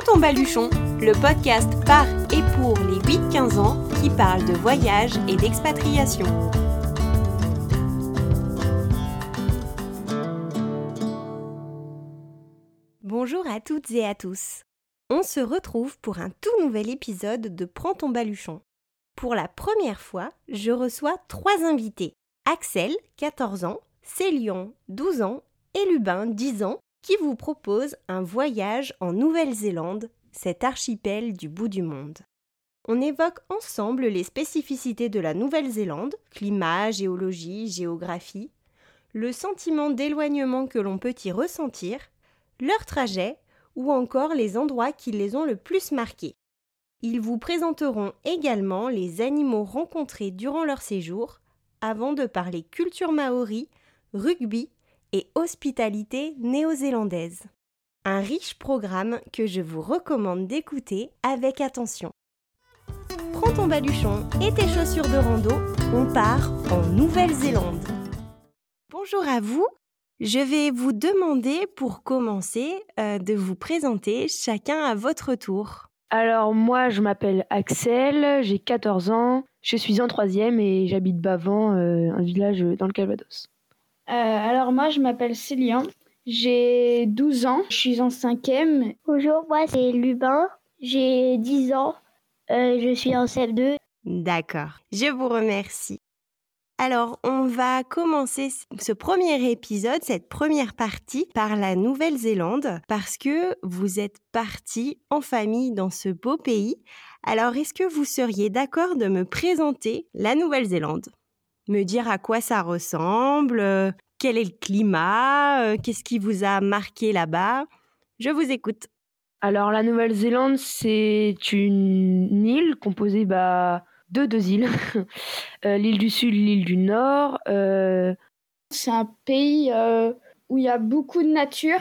ton baluchon, le podcast par et pour les 8-15 ans qui parle de voyage et d'expatriation. Bonjour à toutes et à tous. On se retrouve pour un tout nouvel épisode de Prends ton baluchon. Pour la première fois, je reçois 3 invités. Axel, 14 ans, Célian, 12 ans et Lubin, 10 ans, qui vous propose un voyage en Nouvelle-Zélande, cet archipel du bout du monde. On évoque ensemble les spécificités de la Nouvelle-Zélande, climat, géologie, géographie, le sentiment d'éloignement que l'on peut y ressentir, leur trajet ou encore les endroits qui les ont le plus marqués. Ils vous présenteront également les animaux rencontrés durant leur séjour, avant de parler culture maori, rugby et hospitalité néo-zélandaise. Un riche programme que je vous recommande d'écouter avec attention. Prends ton baluchon et tes chaussures de rando, on part en Nouvelle-Zélande. Bonjour à vous, je vais vous demander pour commencer de vous présenter chacun à votre tour. Alors moi je m'appelle Axel, j'ai 14 ans, je suis en 3e et j'habite Bavant, un village dans le Calvados. Alors moi je m'appelle Célian, j'ai 12 ans, je suis en 5e. Bonjour, moi c'est Lubin, j'ai 10 ans, je suis en CM2. D'accord, je vous remercie. Alors, on va commencer ce premier épisode, cette première partie, par la Nouvelle-Zélande, parce que vous êtes partis en famille dans ce beau pays. Alors, est-ce que vous seriez d'accord de me présenter la Nouvelle-Zélande ? Me dire à quoi ça ressemble, quel est le climat, qu'est-ce qui vous a marqué là-bas ? Je vous écoute. Alors la Nouvelle-Zélande c'est une île composée de 2 îles, l'île du Sud, l'île du Nord. C'est un pays où il y a beaucoup de nature.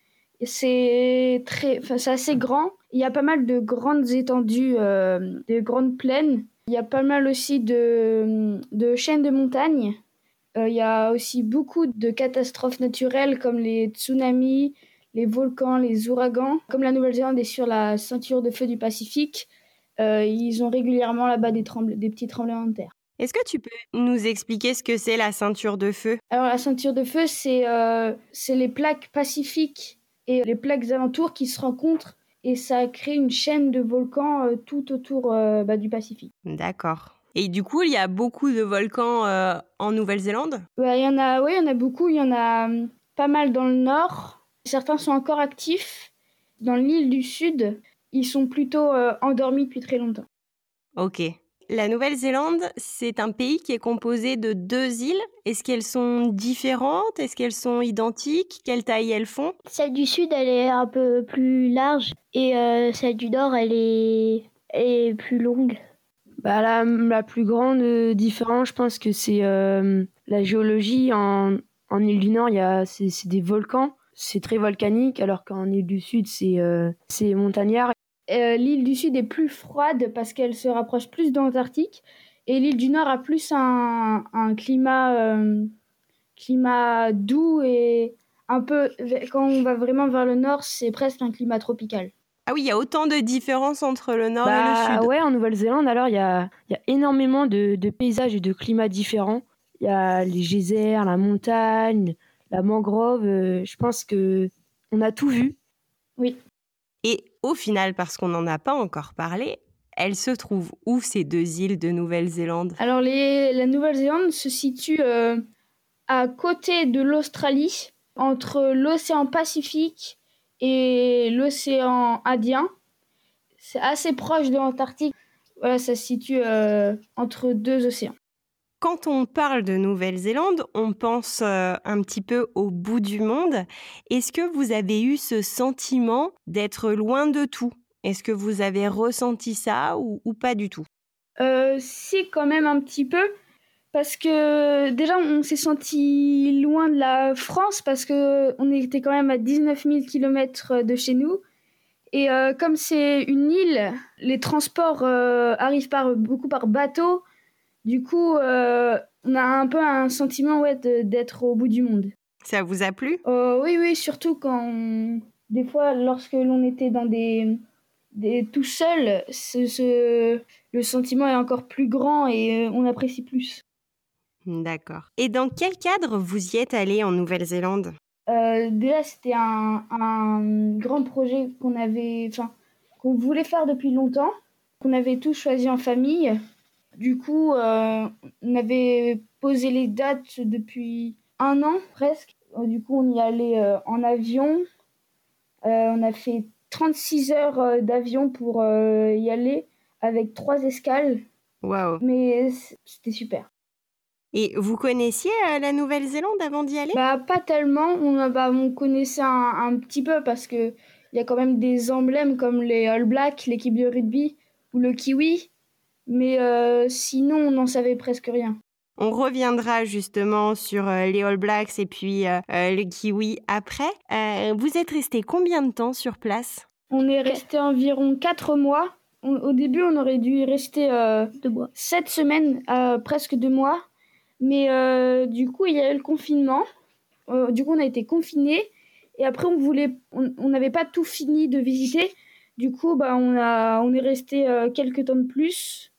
C'est assez grand. Il y a pas mal de grandes étendues, de grandes plaines. Il y a pas mal aussi de chaînes de montagnes. Il y a aussi beaucoup de catastrophes naturelles comme les tsunamis, les volcans, les ouragans. Comme la Nouvelle-Zélande est sur la ceinture de feu du Pacifique, ils ont régulièrement là-bas des petits tremblements de terre. Est-ce que tu peux nous expliquer ce que c'est la ceinture de feu ? Alors la ceinture de feu, c'est les plaques pacifiques et les plaques alentours qui se rencontrent et ça crée une chaîne de volcans tout autour du Pacifique. D'accord. Et du coup, il y a beaucoup de volcans en Nouvelle-Zélande ? Il y en a beaucoup. Il y en a pas mal dans le nord. Certains sont encore actifs. Dans l'île du Sud, ils sont plutôt endormis depuis très longtemps. Ok. La Nouvelle-Zélande, c'est un pays qui est composé de 2 îles. Est-ce qu'elles sont différentes ? Est-ce qu'elles sont identiques ? Quelle taille elles font ? Celle du sud, elle est un peu plus large et celle du nord, elle est plus longue. La plus grande différence, je pense que c'est la géologie. En île du Nord, c'est des volcans, c'est très volcanique, alors qu'en île du Sud, c'est montagnard. L'île du Sud est plus froide parce qu'elle se rapproche plus de l'Antarctique et l'île du Nord a plus un climat doux et un peu, quand on va vraiment vers le nord, c'est presque un climat tropical. Ah oui, il y a autant de différences entre le nord et le sud. Ouais, en Nouvelle-Zélande, alors il y a énormément de paysages et de climats différents. Il y a les geysers, la montagne, la mangrove. Je pense que on a tout vu. Oui. Et au final, parce qu'on n'en a pas encore parlé, elles se trouvent où ces 2 îles de Nouvelle-Zélande ? Alors la Nouvelle-Zélande se situe à côté de l'Australie, entre l'océan Pacifique et l'océan Indien. C'est assez proche de l'Antarctique. Voilà, ça se situe entre 2 océans. Quand on parle de Nouvelle-Zélande, on pense un petit peu au bout du monde. Est-ce que vous avez eu ce sentiment d'être loin de tout ? Est-ce que vous avez ressenti ça ou pas du tout ? Si, quand même un petit peu. Parce que déjà, on s'est senti loin de la France parce qu'on était quand même à 19 000 km de chez nous. Et comme c'est une île, les transports arrivent beaucoup par bateau. Du coup, on a un peu un sentiment d'être au bout du monde. Ça vous a plu ? Oui, surtout des fois, lorsque l'on était dans des tout seul, le sentiment est encore plus grand et on apprécie plus. D'accord. Et dans quel cadre vous y êtes allé en Nouvelle-Zélande? Déjà, c'était un grand projet qu'on voulait faire depuis longtemps, qu'on avait tous choisi en famille. Du coup, on avait posé les dates depuis 1 an presque. Du coup, on y allait en avion. On a fait 36 heures d'avion pour y aller avec 3 escales. Waouh! Mais c'était super. Et vous connaissiez la Nouvelle-Zélande avant d'y aller? Pas tellement. On connaissait un petit peu parce que il y a quand même des emblèmes comme les All Blacks, l'équipe de rugby ou le kiwi. Mais sinon, on n'en savait presque rien. On reviendra justement sur les All Blacks et puis le kiwi après. Vous êtes resté combien de temps sur place? On est resté environ 4 mois. Au début, on aurait dû y rester 7 semaines, presque 2 mois. Mais du coup, il y a eu le confinement. Du coup, on a été confinés. Et après, on n'avait pas tout fini de visiter. Du coup, on est resté quelques temps de plus.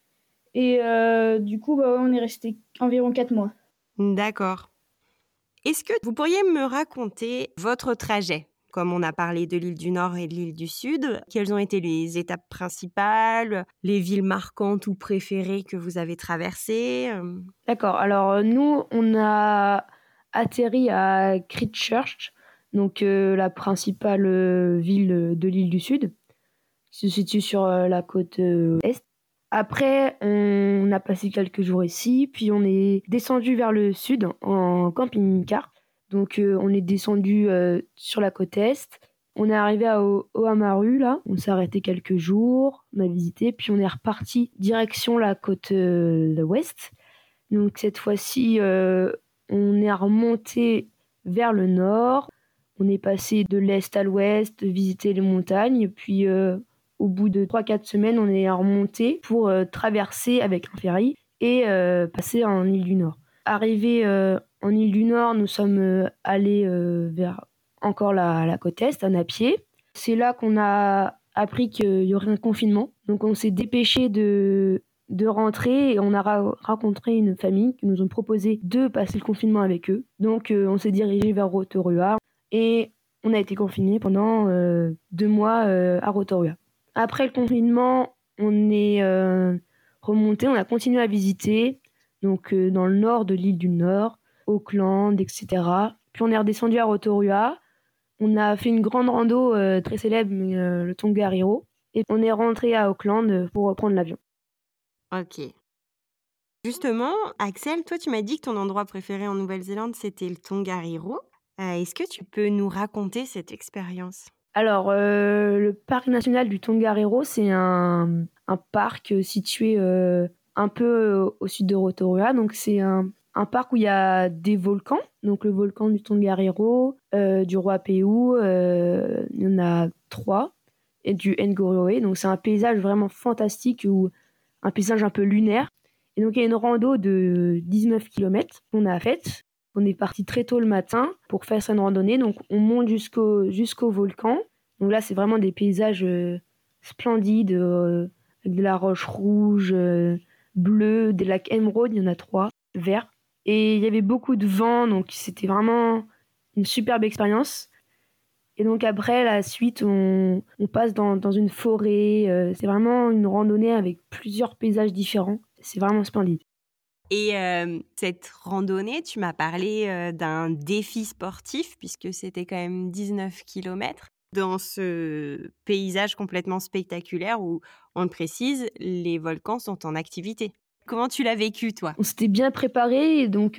Et du coup, on est resté environ 4 mois. D'accord. Est-ce que vous pourriez me raconter votre trajet? Comme on a parlé de l'île du Nord et de l'île du Sud, quelles ont été les étapes principales, les villes marquantes ou préférées que vous avez traversées? D'accord. Alors, nous, on a atterri à Christchurch, donc la principale ville de l'île du Sud, qui se situe sur la côte est. Après, on a passé quelques jours ici, puis on est descendu vers le sud en camping-car. Donc, on est descendu sur la côte est. On est arrivé à Oamaru, là. On s'est arrêté quelques jours, on a visité, puis on est reparti direction la côte ouest. Donc, cette fois-ci, on est remonté vers le nord. On est passé de l'est à l'ouest, visiter les montagnes, puis au bout de 3-4 semaines, on est remonté pour traverser avec un ferry et passer en île du Nord. Arrivé en île du Nord, nous sommes allés vers encore la côte est, à pied. C'est là qu'on a appris qu'il y aurait un confinement. Donc on s'est dépêché de rentrer et on a rencontré une famille qui nous ont proposé de passer le confinement avec eux. Donc on s'est dirigé vers Rotorua et on a été confinés pendant 2 mois à Rotorua. Après le confinement, on est remonté, on a continué à visiter, donc dans le nord de l'île du Nord, Auckland, etc. Puis on est redescendu à Rotorua. On a fait une grande rando très célèbre, le Tongariro. Et on est rentré à Auckland pour reprendre l'avion. Ok. Justement, Axel, toi, tu m'as dit que ton endroit préféré en Nouvelle-Zélande, c'était le Tongariro. Est-ce que tu peux nous raconter cette expérience? Alors, le parc national du Tongariro, c'est un parc situé un peu au sud de Rotorua. Donc, c'est un parc où il y a des volcans. Donc, le volcan du Tongariro, du Ruapehu, il y en a 3, et du Ngoroe. Donc, c'est un paysage vraiment fantastique, un paysage un peu lunaire. Et donc, il y a une rando de 19 km qu'on a faite. On est parti très tôt le matin pour faire cette randonnée. Donc, on monte jusqu'au volcan. Donc là, c'est vraiment des paysages splendides, avec de la roche rouge, bleue, des lacs émeraudes, il y en a 3, verts. Et il y avait beaucoup de vent, donc c'était vraiment une superbe expérience. Et donc après, la suite, on passe dans une forêt. C'est vraiment une randonnée avec plusieurs paysages différents. C'est vraiment splendide. Et cette randonnée, tu m'as parlé d'un défi sportif, puisque c'était quand même 19 km, dans ce paysage complètement spectaculaire où, on le précise, les volcans sont en activité. Comment tu l'as vécu, toi? On s'était bien préparé, et donc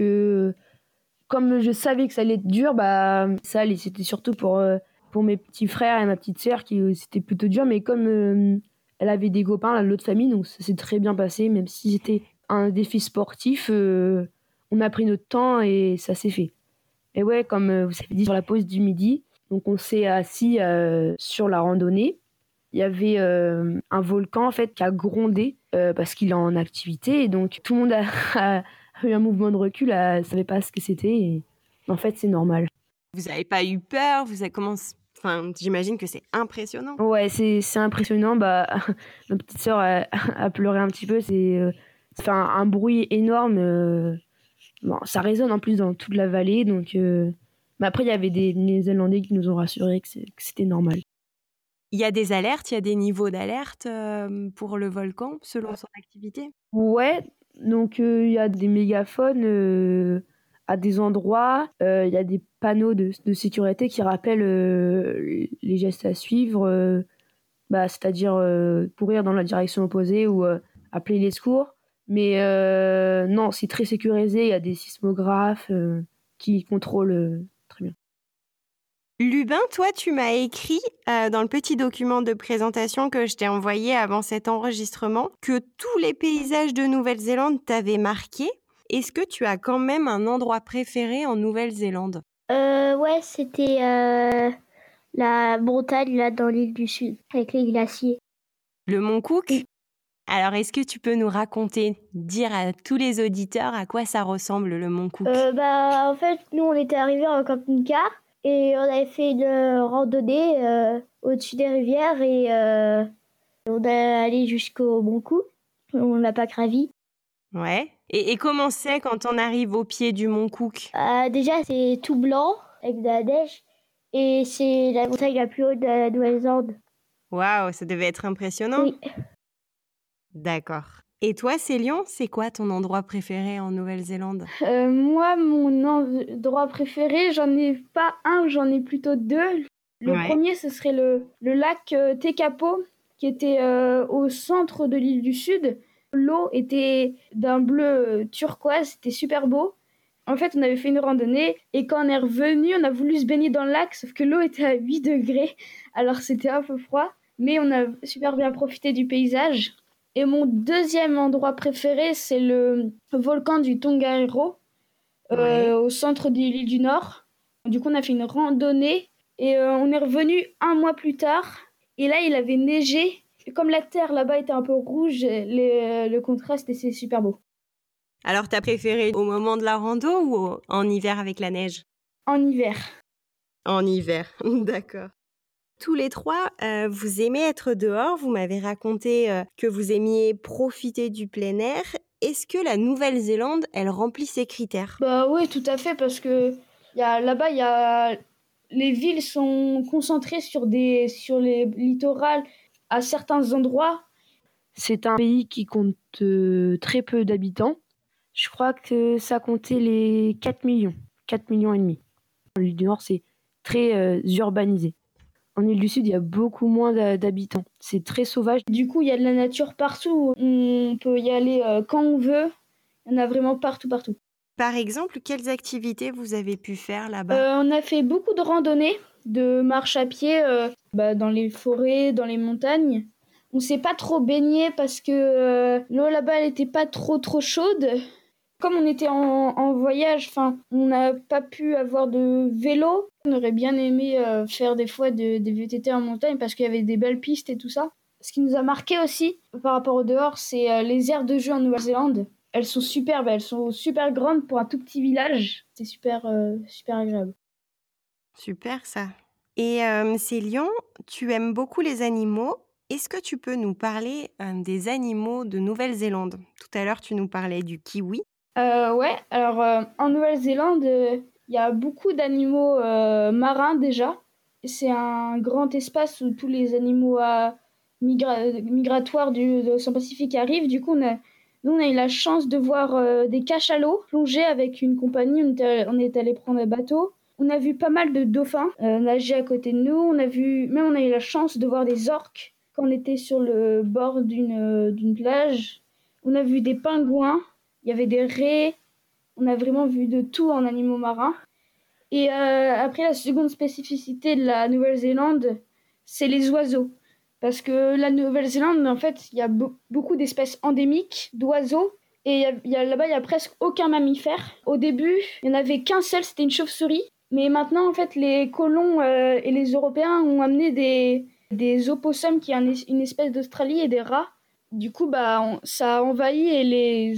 comme je savais que ça allait être dur, ça allait. C'était surtout pour mes petits frères et ma petite sœur qui c'était plutôt dur, mais comme elle avait des copains, l'autre famille, donc ça s'est très bien passé, même si c'était un défi sportif, on a pris notre temps et ça s'est fait. Et ouais, comme vous avez dit, sur la pause du midi, donc on s'est assis sur la randonnée. Il y avait un volcan en fait qui a grondé parce qu'il est en activité, et donc tout le monde a eu un mouvement de recul, ne savait pas ce que c'était, et en fait c'est normal. Vous n'avez pas eu peur? Comment Enfin, j'imagine que c'est impressionnant. Ouais, c'est impressionnant. Bah, ma petite sœur a pleuré un petit peu. Ça fait un bruit énorme. Bon, ça résonne en plus dans toute la vallée. Donc, mais après, il y avait des Néo-Zélandais qui nous ont rassurés que c'était normal. Il y a des alertes, il y a des niveaux d'alerte pour le volcan selon son activité? Ouais, donc il y a des mégaphones à des endroits. Il y a des panneaux de sécurité qui rappellent les gestes à suivre. C'est-à-dire courir dans la direction opposée ou appeler les secours. Mais non, c'est très sécurisé. Il y a des sismographes qui contrôlent très bien. Lubin, toi, tu m'as écrit dans le petit document de présentation que je t'ai envoyé avant cet enregistrement que tous les paysages de Nouvelle-Zélande t'avaient marqué. Est-ce que tu as quand même un endroit préféré en Nouvelle-Zélande? Ouais, c'était la montagne là dans l'île du Sud avec les glaciers. Le Mont Cook? Oui. Alors, est-ce que tu peux nous raconter, dire à tous les auditeurs à quoi ça ressemble le Mont Cook? En fait, nous on était arrivés en camping-car et on avait fait une randonnée au-dessus des rivières et on est allé jusqu'au Mont Cook. On l'a pas gravi. Ouais. Et comment c'est quand on arrive au pied du Mont Cook? Déjà, c'est tout blanc avec de la neige et c'est la montagne la plus haute de la Nouvelle-Zélande. Waouh, ça devait être impressionnant. Oui. D'accord. Et toi, Célion, c'est quoi ton endroit préféré en Nouvelle-Zélande? Moi, mon endroit préféré, j'en ai pas un, j'en ai plutôt deux. Le Ouais. premier, ce serait le lac Tekapo, qui était au centre de l'île du Sud. L'eau était d'un bleu turquoise, c'était super beau. En fait, on avait fait une randonnée et quand on est revenu, on a voulu se baigner dans le lac, sauf que l'eau était à 8 degrés, alors c'était un peu froid. Mais on a super bien profité du paysage. Et mon deuxième endroit préféré, c'est le volcan du Tongariro, Ouais. au centre de l'île du Nord. Du coup, on a fait une randonnée et on est revenu un mois plus tard. Et là, il avait neigé. Et comme la terre là-bas était un peu rouge, le contraste était super beau. Alors, t'as préféré au moment de la rando ou en hiver avec la neige? En hiver. En hiver, d'accord. Tous les trois, vous aimez être dehors. Vous m'avez raconté que vous aimiez profiter du plein air. Est-ce que la Nouvelle-Zélande, elle remplit ces critères? Bah oui, tout à fait, parce que là-bas, les villes sont concentrées sur les littorales à certains endroits. C'est un pays qui compte très peu d'habitants. Je crois que ça comptait les 4 millions. 4 millions et demi. L'île du Nord, c'est très urbanisé. En île du Sud, il y a beaucoup moins d'habitants. C'est très sauvage. Du coup, il y a de la nature partout. On peut y aller quand on veut. Il y en a vraiment partout. Par exemple, quelles activités vous avez pu faire là-bas? On a fait beaucoup de randonnées, de marche à pied dans les forêts, dans les montagnes. On s'est pas trop baigné parce que l'eau là-bas, elle était pas trop chaude. Comme on était en voyage, on n'a pas pu avoir de vélo. On aurait bien aimé faire des fois des VTT en montagne parce qu'il y avait des belles pistes et tout ça. Ce qui nous a marqué aussi par rapport au dehors, c'est les aires de jeu en Nouvelle-Zélande. Elles sont superbes, elles sont super grandes pour un tout petit village. C'est super agréable. Super ça. Et Célion, tu aimes beaucoup les animaux. Est-ce que tu peux nous parler des animaux de Nouvelle-Zélande? Tout à l'heure, tu nous parlais du kiwi. Ouais, alors en Nouvelle-Zélande, il y a beaucoup d'animaux marins déjà. C'est un grand espace où tous les animaux migratoires de l'océan Pacifique arrivent. Du coup, nous, on a eu la chance de voir des cachalots plonger avec une compagnie. On est allé prendre un bateau. On a vu pas mal de dauphins nager à côté de nous. On a eu la chance de voir des orques quand on était sur le bord d'une plage. On a vu des pingouins. Il y avait des raies, on a vraiment vu de tout en animaux marins. Et après, la seconde spécificité de la Nouvelle-Zélande, c'est les oiseaux. Parce que la Nouvelle-Zélande, en fait, il y a beaucoup d'espèces endémiques d'oiseaux. Et là-bas, il n'y a presque aucun mammifère. Au début, il n'y en avait qu'un seul, c'était une chauve-souris. Mais maintenant, en fait, les colons et les Européens ont amené des opossums, qui est une espèce d'Australie, et des rats. Du coup, ça a envahi et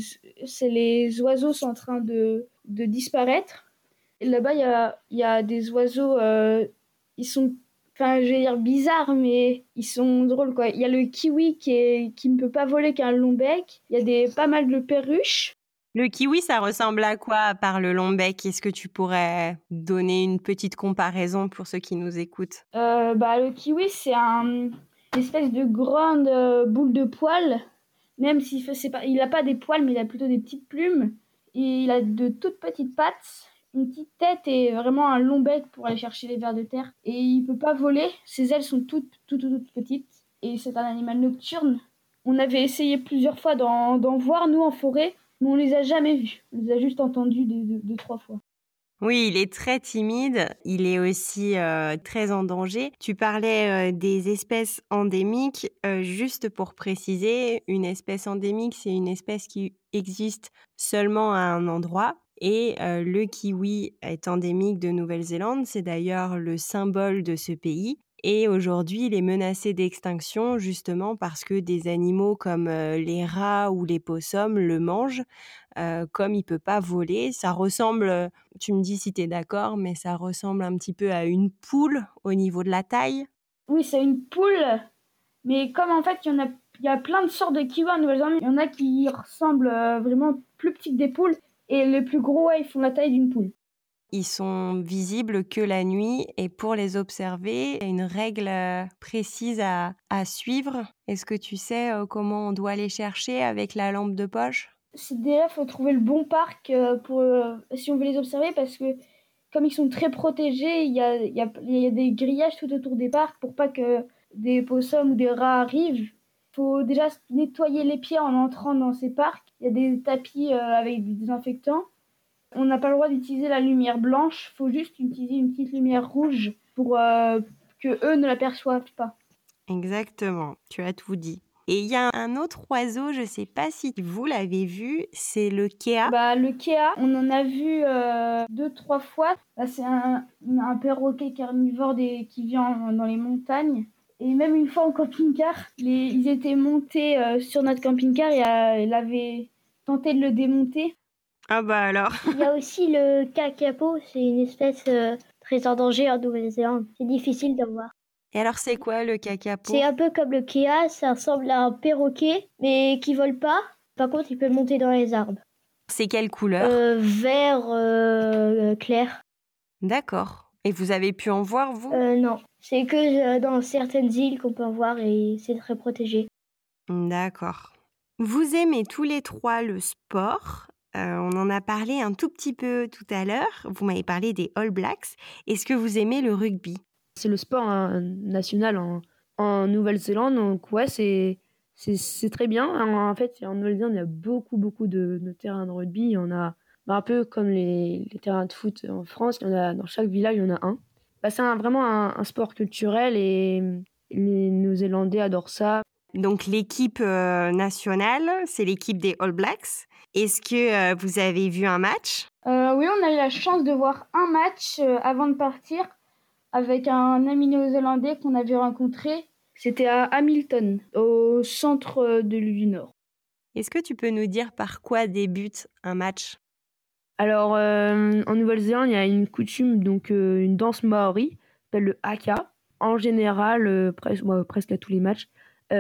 les oiseaux sont en train de disparaître. Et là-bas, il y a des oiseaux, ils sont enfin, je vais dire bizarres, mais ils sont drôles, quoi. Il y a le kiwi qui ne peut pas voler, qui a un long bec. Il y a pas mal de perruches. Le kiwi, ça ressemble à quoi à part le long bec? Est-ce que tu pourrais donner une petite comparaison pour ceux qui nous écoutent? Le kiwi, c'est une espèce de grande boule de poils. Même s'il il n'a pas des poils, mais il a plutôt des petites plumes. Et il a de toutes petites pattes, une petite tête et vraiment un long bec pour aller chercher les vers de terre. Et il peut pas voler, ses ailes sont toutes petites. Et c'est un animal nocturne. On avait essayé plusieurs fois d'en voir, nous, en forêt, mais on les a jamais vus. On les a juste entendus deux, 3 fois. Oui, il est très timide, il est aussi très en danger. Tu parlais des espèces endémiques, juste pour préciser, une espèce endémique, c'est une espèce qui existe seulement à un endroit. Et le kiwi est endémique de Nouvelle-Zélande, c'est d'ailleurs le symbole de ce pays. Et aujourd'hui, il est menacé d'extinction justement parce que des animaux comme les rats ou les possums le mangent. Comme il peut pas voler, ça ressemble, tu me dis si tu es d'accord, mais ça ressemble un petit peu à une poule au niveau de la taille. Oui, c'est une poule, mais comme en fait, il y a plein de sortes de kiwis en Nouvelle-Zélande, il y en a qui ressemblent vraiment plus petits que des poules, et les plus gros, ouais, ils font la taille d'une poule. Ils sont visibles que la nuit et pour les observer, il y a une règle précise à suivre. Est-ce que tu sais comment on doit les chercher avec la lampe de poche? Déjà, il faut trouver le bon parc si on veut les observer parce que comme ils sont très protégés, il y a des grillages tout autour des parcs pour pas que des possums ou des rats arrivent. Il faut déjà nettoyer les pieds en entrant dans ces parcs. Il y a des tapis avec des désinfectants. On n'a pas le droit d'utiliser la lumière blanche. Il faut juste utiliser une petite lumière rouge pour que eux ne l'aperçoivent pas. Exactement, tu as tout dit. Et il y a un autre oiseau, je ne sais pas si vous l'avez vu, c'est le kea. Le kea, on en a vu 2-3 fois. C'est un perroquet carnivore qui vit dans les montagnes. Et même une fois en camping-car, ils étaient montés sur notre camping-car et elle avait tenté de le démonter. Ah bah alors. Il y a aussi le kakapo, c'est une espèce très en danger en Nouvelle-Zélande. C'est difficile d'en voir. Et alors c'est quoi le kakapo? C'est un peu comme le kea, ça ressemble à un perroquet, mais qui vole pas. Par contre, il peut monter dans les arbres. C'est quelle couleur? Vert clair. D'accord. Et vous avez pu en voir, vous? Non, c'est que dans certaines îles qu'on peut en voir et c'est très protégé. D'accord. Vous aimez tous les trois le sport. On en a parlé un tout petit peu tout à l'heure. Vous m'avez parlé des All Blacks. Est-ce que vous aimez le rugby? C'est le sport national en Nouvelle-Zélande, donc ouais, c'est très bien. En fait, en Nouvelle-Zélande, il y a beaucoup de terrains de rugby. Il y en a un peu comme les terrains de foot en France. Il y en a, dans chaque village, il y en a un. C'est vraiment un sport culturel et les Néo-Zélandais adorent ça. Donc l'équipe nationale, c'est l'équipe des All Blacks. Est-ce que vous avez vu un match? Oui, on a eu la chance de voir un match avant de partir avec un ami néo-zélandais qu'on avait rencontré. C'était à Hamilton, au centre de l'île du Nord. Est-ce que tu peux nous dire par quoi débute un match? Alors, en Nouvelle-Zélande, il y a une coutume, donc une danse maori, s'appelle le haka. En général, presque à tous les matchs,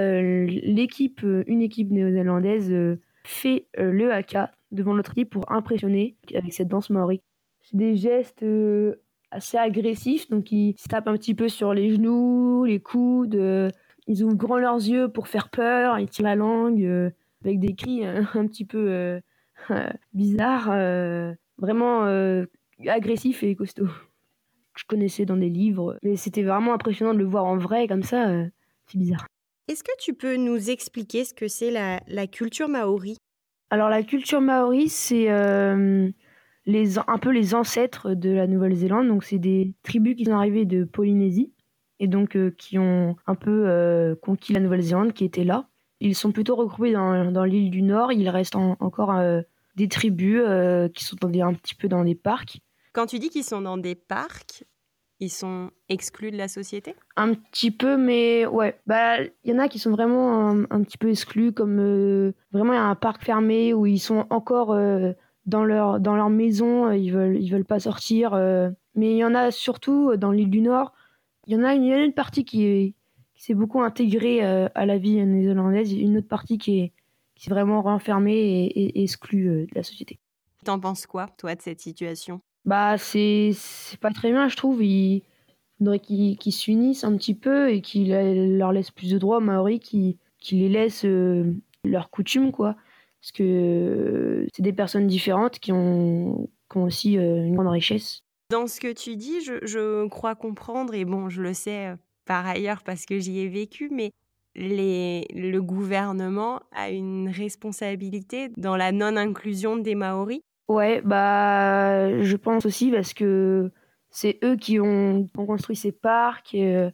une équipe néo-zélandaise fait le haka devant l'autre équipe pour impressionner avec cette danse maori. C'est des gestes assez agressifs, donc ils se tapent un petit peu sur les genoux, les coudes, ils ouvrent grand leurs yeux pour faire peur, ils tirent la langue avec des cris un petit peu bizarres, vraiment agressifs et costauds. Je connaissais dans des livres, mais c'était vraiment impressionnant de le voir en vrai comme ça, c'est bizarre. Est-ce que tu peux nous expliquer ce que c'est la culture maori? Alors la culture maori, c'est un peu les ancêtres de la Nouvelle-Zélande. Donc c'est des tribus qui sont arrivées de Polynésie et donc qui ont un peu conquis la Nouvelle-Zélande, qui étaient là. Ils sont plutôt regroupés dans l'île du Nord. Il reste encore des tribus qui sont un petit peu dans des parcs. Quand tu dis qu'ils sont dans des parcs, ils sont exclus de la société? Un petit peu, mais ouais. Y en a qui sont vraiment un petit peu exclus, comme vraiment il y a un parc fermé où ils sont encore dans leur maison, ils veulent pas sortir. Mais il y en a surtout dans l'île du Nord, Il y en a une partie qui s'est beaucoup intégrée à la vie néo-zélandaise, une autre partie qui s'est vraiment renfermée et exclue de la société. T'en penses quoi, toi, de cette situation? Bah, c'est pas très bien, je trouve. Il faudrait qu'ils s'unissent un petit peu et qu'ils leur laissent plus de droits aux Maoris, qu'ils les laissent leurs coutumes, quoi. Parce que c'est des personnes différentes qui ont aussi une grande richesse. Dans ce que tu dis, je crois comprendre, et bon, je le sais par ailleurs parce que j'y ai vécu, mais le gouvernement a une responsabilité dans la non-inclusion des Maoris. Ouais, bah, je pense aussi parce que c'est eux qui ont construit ces parcs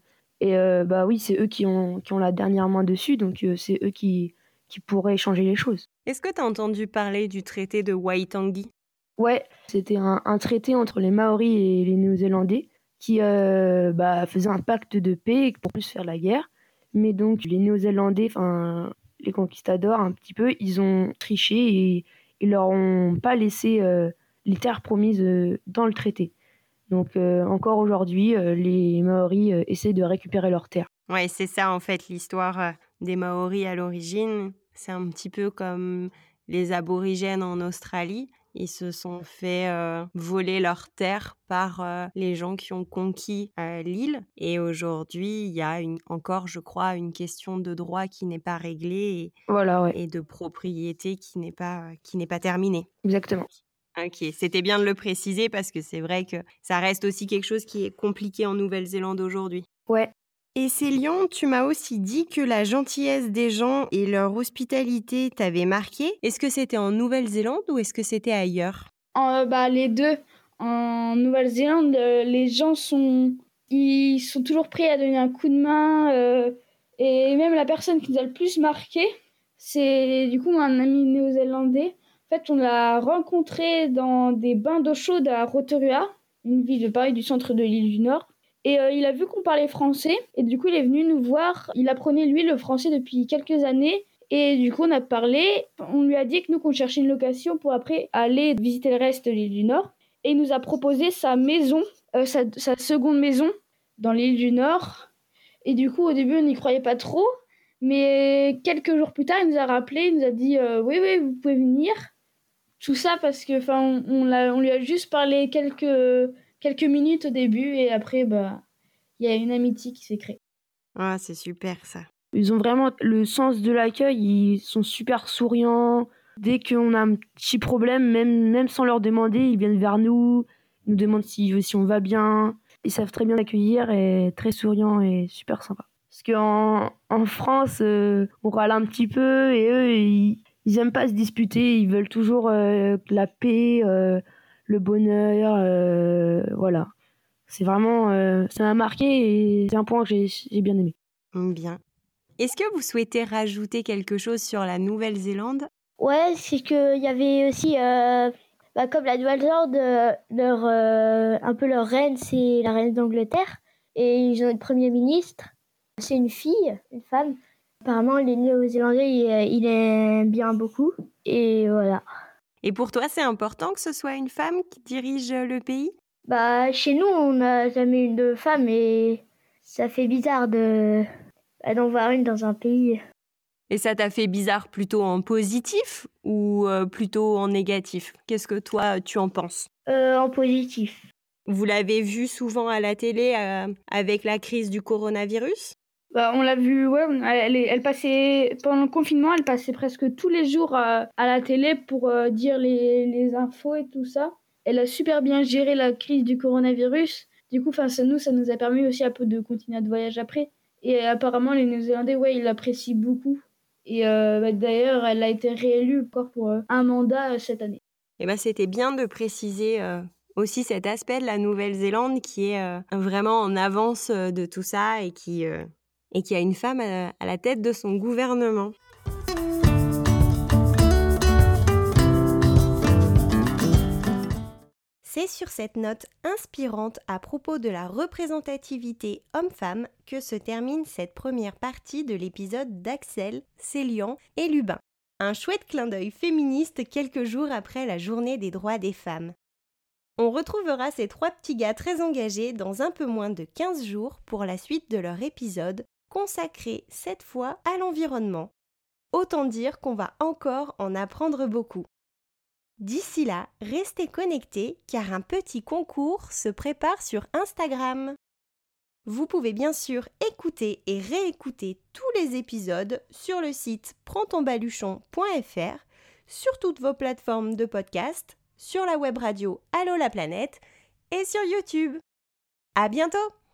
bah oui, c'est eux qui ont la dernière main dessus, donc c'est eux qui pourraient changer les choses. Est-ce que tu as entendu parler du traité de Waitangi? Ouais, c'était un traité entre les Maoris et les Néo-Zélandais qui faisait un pacte de paix pour plus faire la guerre. Mais donc les Néo-Zélandais, enfin les conquistadors un petit peu, ils ont triché et ils leur ont pas laissé les terres promises dans le traité. Donc encore aujourd'hui, les Maoris essaient de récupérer leurs terres. Ouais, c'est ça en fait l'histoire des Maoris à l'origine. C'est un petit peu comme les aborigènes en Australie. Ils se sont fait voler leurs terres par les gens qui ont conquis l'île. Et aujourd'hui, il y a encore, je crois, une question de droit qui n'est pas réglée Voilà, ouais. et de propriété qui n'est pas terminée. Exactement. Ok, c'était bien de le préciser parce que c'est vrai que ça reste aussi quelque chose qui est compliqué en Nouvelle-Zélande aujourd'hui. Ouais. Et Célian, tu m'as aussi dit que la gentillesse des gens et leur hospitalité t'avaient marqué. Est-ce que c'était en Nouvelle-Zélande ou est-ce que c'était ailleurs? Les deux. En Nouvelle-Zélande, les gens ils sont toujours prêts à donner un coup de main. Et même la personne qui nous a le plus marqué, c'est du coup un ami néo-zélandais. En fait, on l'a rencontré dans des bains d'eau chaude à Rotorua, une ville pareil du centre de l'île du Nord. Et il a vu qu'on parlait français, et du coup il est venu nous voir. Il apprenait lui le français depuis quelques années, et du coup on a parlé. On lui a dit que nous qu'on cherchait une location pour après aller visiter le reste de l'île du Nord. Et il nous a proposé sa maison, sa seconde maison dans l'île du Nord. Et du coup au début on n'y croyait pas trop, mais quelques jours plus tard il nous a rappelé, il nous a dit oui vous pouvez venir. Tout ça parce que on lui a juste parlé quelques minutes au début, et après il y a une amitié qui s'est créée. Ah, c'est super ça. Ils ont vraiment le sens de l'accueil, ils sont super souriants. Dès qu'on a un petit problème, même sans leur demander, ils viennent vers nous, ils nous demandent si on va bien. Ils savent très bien accueillir et très souriants et super sympa. Parce qu'en France, on râle un petit peu et eux, ils aiment pas se disputer, ils veulent toujours la paix, le bonheur, voilà. C'est vraiment, ça m'a marqué et c'est un point que j'ai bien aimé. Bien. Est-ce que vous souhaitez rajouter quelque chose sur la Nouvelle-Zélande? Ouais, c'est qu'il y avait aussi, comme la Nouvelle-Zélande, un peu leur reine, c'est la reine d'Angleterre. Et ils ont une premier ministre. C'est une fille, une femme. Apparemment, les Néo-Zélandais, ils l'aiment bien beaucoup. Et voilà. Et pour toi, c'est important que ce soit une femme qui dirige le pays? Chez nous, on n'a jamais eu de femme et ça fait bizarre d'en voir une dans un pays. Et ça t'a fait bizarre plutôt en positif ou plutôt en négatif? Qu'est-ce que toi, tu en penses? En positif. Vous l'avez vu souvent à la télé avec la crise du coronavirus? On l'a vu, ouais, elle passait, pendant le confinement, elle passait presque tous les jours à la télé pour dire les infos et tout ça. Elle a super bien géré la crise du coronavirus. Du coup, ça nous a permis aussi un peu de continuer notre voyage après. Et apparemment, les Néo-Zélandais, ouais, ils l'apprécient beaucoup. Et d'ailleurs, elle a été réélue encore pour un mandat cette année. Eh ben, c'était bien de préciser aussi cet aspect de la Nouvelle-Zélande qui est vraiment en avance de tout ça et qui a une femme à la tête de son gouvernement. C'est sur cette note inspirante à propos de la représentativité homme-femme que se termine cette première partie de l'épisode d'Axel, Célian et Lubin. Un chouette clin d'œil féministe quelques jours après la journée des droits des femmes. On retrouvera ces 3 petits gars très engagés dans un peu moins de 15 jours pour la suite de leur épisode consacré cette fois à l'environnement. Autant dire qu'on va encore en apprendre beaucoup. D'ici là, restez connectés car un petit concours se prépare sur Instagram. Vous pouvez bien sûr écouter et réécouter tous les épisodes sur le site prends-ton-baluchon.fr, sur toutes vos plateformes de podcast, sur la web radio Allô la planète et sur YouTube. À bientôt!